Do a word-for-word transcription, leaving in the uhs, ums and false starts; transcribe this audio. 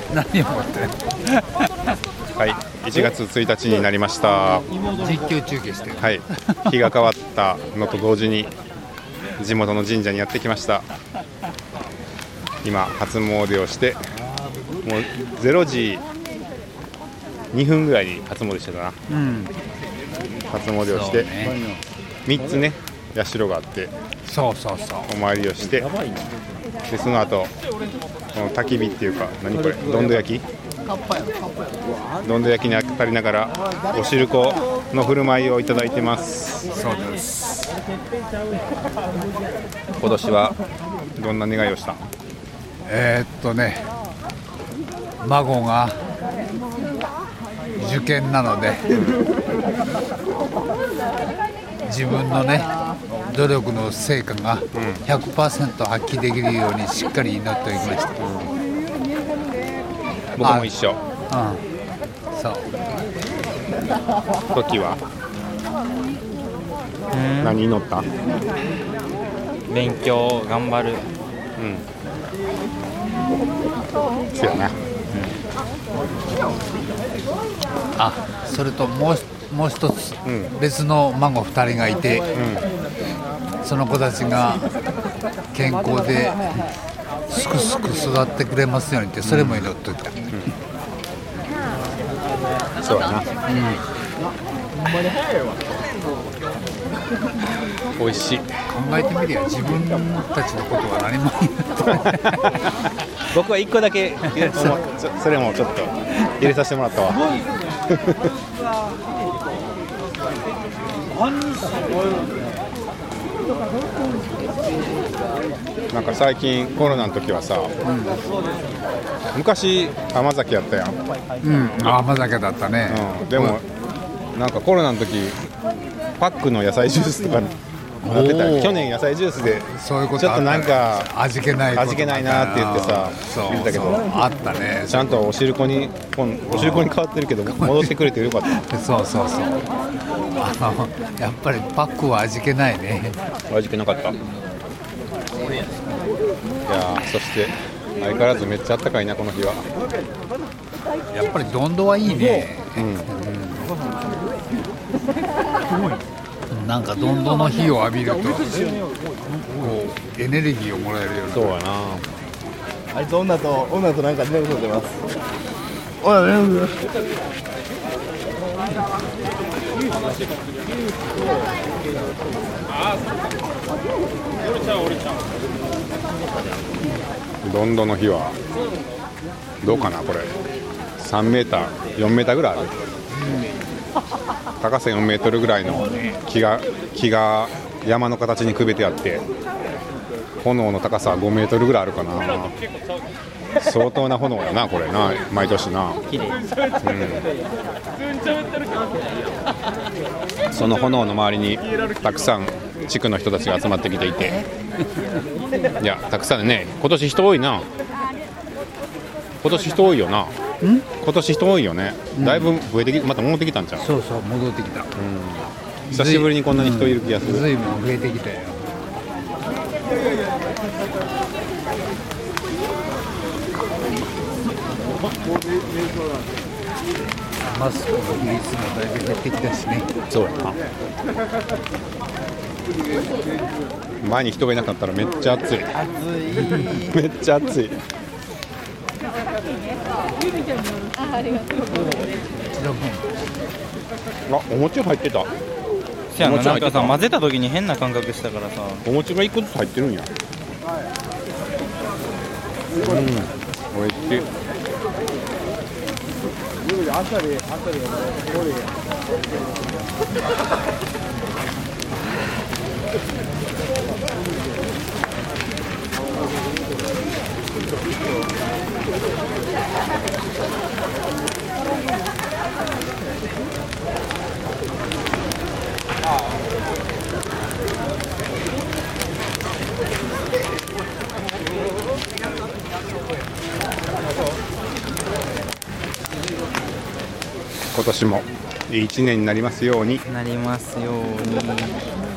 何を持ってはい、いちがつついたちになりました。 実況中継してる。 はい、日が変わったのと同時に地元の神社にやってきました。今初詣をして、もうれいじにふんぐらいに初詣してたな、うん、初詣をして、ね、みっつね社があって、 そうそうそう、 お参りをして、でその後この焚き火っていうか、何これ、どんど焼きどんど焼きに当たりながらおしるこの振る舞いをいただいてます。 そうです。 今年はどんな願いをした？ えー、っとね孫が受験なので自分のね努力の成果が ひゃくパーセント 発揮できるようにしっかり祈っておきました。 僕も一緒。 うん、そう。 時は何祈った？ 勉強頑張る。 うん。そうやな。うん、 あ、それともうもう一つ、うん、別の孫ふたりがいて、うん、その子たちが健康ですくすく育ってくれますようにって、それも祈っといた。うんうん、 そうやな。うん、美味しい。 考えてみりゃ自分たちのことは何も僕はいっこだけそれもちょっと入れさせてもらったわ。なんか最近コロナの時はさ、うん、昔甘酒やったやん。 うん、甘酒だったね。 うん、でもなんかコロナの時パックの野菜ジュースとかなってたよ。去年野菜ジュースでそういうことちょっとなんか味気ない味気ないなって言ってさ言ってたけど、 あったね。 ちゃんとおしるこにおしるこに変わってるけど戻ってくれてよかった。 そうそうそう。あのやっぱりパックは味気ないね。 味気なかった。いやそして相変わらずめっちゃあったかいなこの日は。 やっぱりどんどはいいね。うんうん、なんかどんどんの火を浴びるとこうエネルギーをもらえるような。 そうやな。 あいつ女と女となんか連絡取ってます。女連絡どんどんの火はどうかな。これさんメーターよんメーターぐらいある、うん、高さよんメートルぐらいの木が木が山の形にくべてあって、炎の高さはごメートルぐらいあるかな。相当な炎やなこれな、毎年な。綺麗、うん、その炎の周りにたくさん地区の人たちが集まってきていて、いやたくさんね、今年人多いな。今年人多いよな。今年人多いよね、うん、だいぶ増えてき、また戻ってきたんちゃう？ そうそう、戻ってきた、うん、 久しぶりにこんなに人いる気がする。 ずいぶん増えてきたよ。マスクの比率もだいぶ減ってきたしね。 そうやな。前に人がいなかったらめっちゃ暑い。暑いめっちゃ暑い。 あ、ありがとう。 あ、お餅入ってた。 せやな、なんかさ、混ぜた時に変な感覚したからさ。 お餅がいっこずつ入ってるんや。うん、おいしい。今年もいい一年になりますように。 なりますように。